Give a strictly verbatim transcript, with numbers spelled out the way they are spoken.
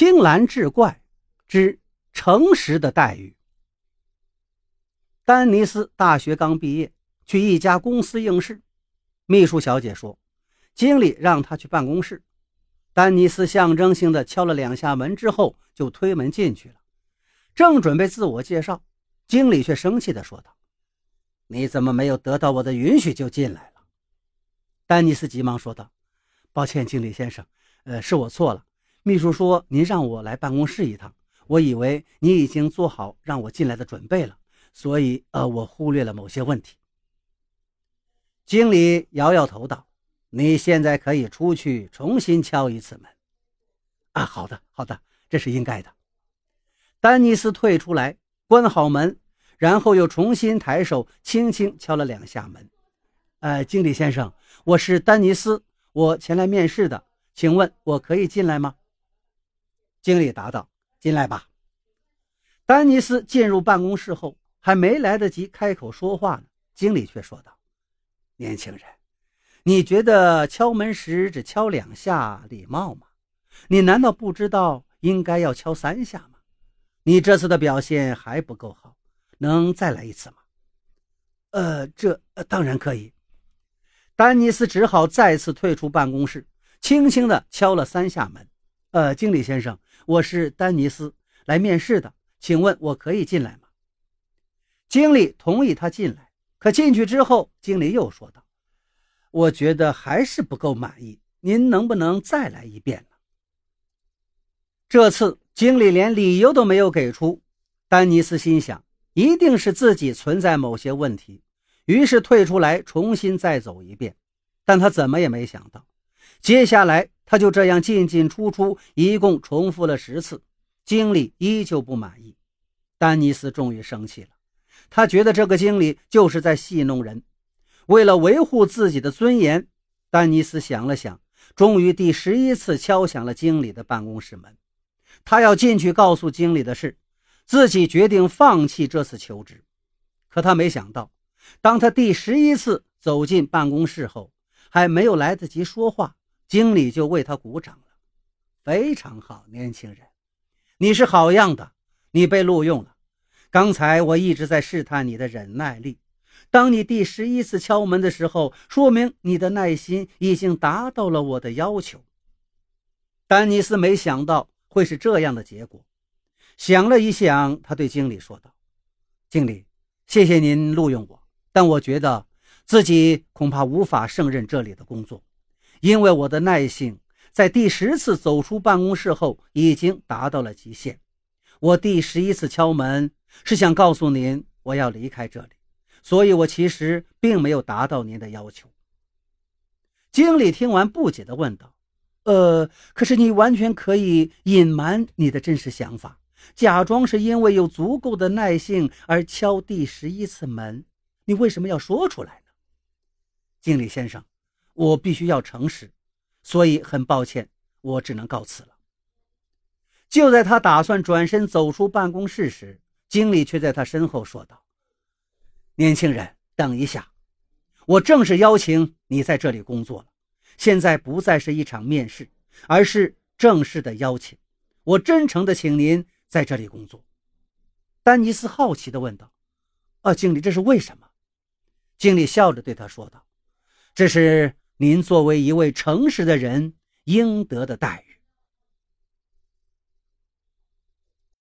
青蓝志怪之诚实的待遇。丹尼斯大学刚毕业，去一家公司应试。秘书小姐说，经理让他去办公室。丹尼斯象征性地敲了两下门之后，就推门进去了。正准备自我介绍，经理却生气地说道：“你怎么没有得到我的允许就进来了？”丹尼斯急忙说道：“抱歉，经理先生，呃，是我错了。秘书说您让我来办公室一趟，我以为你已经做好让我进来的准备了，所以呃，我忽略了某些问题。”经理摇摇头道：“你现在可以出去重新敲一次门。”啊，好的，好的，这是应该的。丹尼斯退出来，关好门，然后又重新抬手轻轻敲了两下门。呃，经理先生，我是丹尼斯，我前来面试的，请问我可以进来吗？经理答道：“进来吧。”丹尼斯进入办公室后，还没来得及开口说话呢，经理却说道：“年轻人，你觉得敲门时只敲两下礼貌吗？你难道不知道应该要敲三下吗？你这次的表现还不够好，能再来一次吗？”呃，这、呃、当然可以。丹尼斯只好再次退出办公室，轻轻地敲了三下门。呃，经理先生，我是丹尼斯，来面试的，请问我可以进来吗？经理同意他进来，可进去之后，经理又说道：“我觉得还是不够满意，您能不能再来一遍呢？”这次经理连理由都没有给出，丹尼斯心想，一定是自己存在某些问题，于是退出来重新再走一遍。但他怎么也没想到，接下来他就这样进进出出，一共重复了十次，经理依旧不满意。丹尼斯终于生气了，他觉得这个经理就是在戏弄人。为了维护自己的尊严，丹尼斯想了想，终于第十一次敲响了经理的办公室门。他要进去告诉经理的是，自己决定放弃这次求职。可他没想到，当他第十一次走进办公室后，还没有来得及说话，经理就为他鼓掌了。非常好，年轻人，你是好样的，你被录用了。刚才我一直在试探你的忍耐力，当你第十一次敲门的时候，说明你的耐心已经达到了我的要求。丹尼斯没想到会是这样的结果，想了一想，他对经理说道：“经理，谢谢您录用我，但我觉得自己恐怕无法胜任这里的工作，因为我的耐性在第十次走出办公室后已经达到了极限。我第十一次敲门是想告诉您我要离开这里，所以我其实并没有达到您的要求。”经理听完不解地问道：“呃，可是你完全可以隐瞒你的真实想法，假装是因为有足够的耐性而敲第十一次门，你为什么要说出来呢？”“经理先生，我必须要诚实，所以很抱歉，我只能告辞了。”就在他打算转身走出办公室时，经理却在他身后说道：“年轻人，等一下，我正式邀请你在这里工作了。现在不再是一场面试，而是正式的邀请。我真诚地请您在这里工作。”丹尼斯好奇地问道：“啊，经理，这是为什么？”经理笑着对他说道：“这是您作为一位诚实的人应得的待遇。”